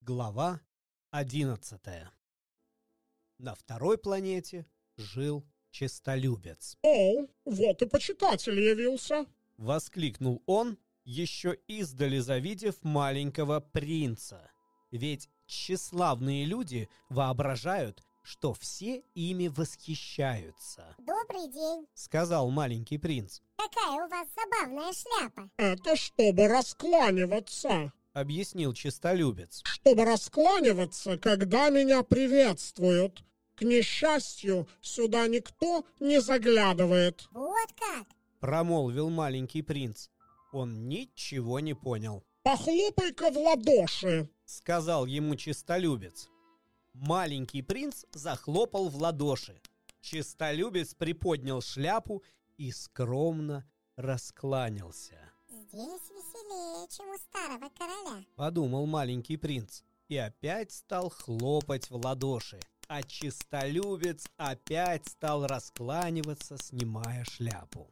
Глава 11. На второй планете жил честолюбец. «О, вот и почитатель явился!» — воскликнул он, еще издали завидев маленького принца. Ведь тщеславные люди воображают, что все ими восхищаются. «Добрый день!» — сказал маленький принц. «Какая у вас забавная шляпа!» «Это чтобы раскланиваться!» — объяснил честолюбец. «Чтобы раскланиваться, когда меня приветствуют. К несчастью, сюда никто не заглядывает». «Вот как!» — промолвил маленький принц. Он ничего не понял. «Похлопай-ка в ладоши!» — сказал ему честолюбец. Маленький принц захлопал в ладоши. Честолюбец приподнял шляпу и скромно раскланялся. «Здесь веселее, чем у старого короля», — подумал маленький принц. И опять стал хлопать в ладоши. А честолюбец опять стал раскланиваться, снимая шляпу.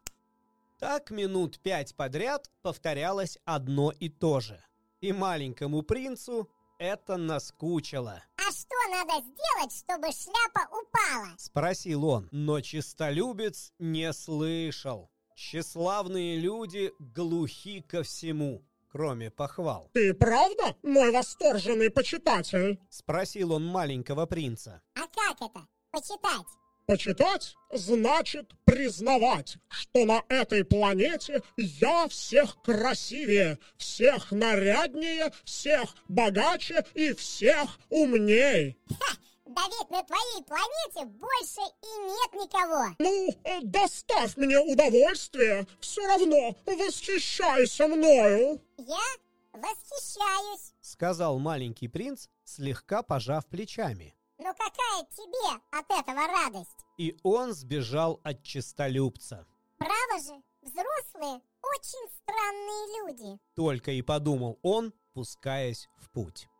Так минут 5 подряд повторялось одно и то же. И маленькому принцу это наскучило. «А что надо сделать, чтобы шляпа упала?» — спросил он. Но честолюбец не слышал. Тщеславные люди глухи ко всему, кроме похвал. «Ты правда мой восторженный почитатель?» — спросил он маленького принца. «А как это? Почитать?» «Почитать значит признавать, что на этой планете я всех красивее, всех наряднее, всех богаче и всех умней». Да ведь на твоей планете больше и нет никого. «Ну, доставь мне удовольствие, все равно восхищайся мною». Я восхищаюсь. — сказал маленький принц, слегка пожав плечами. Но какая тебе от этого радость? И он сбежал от честолюбца. Право же, взрослые очень странные люди. Только и подумал он, пускаясь в путь.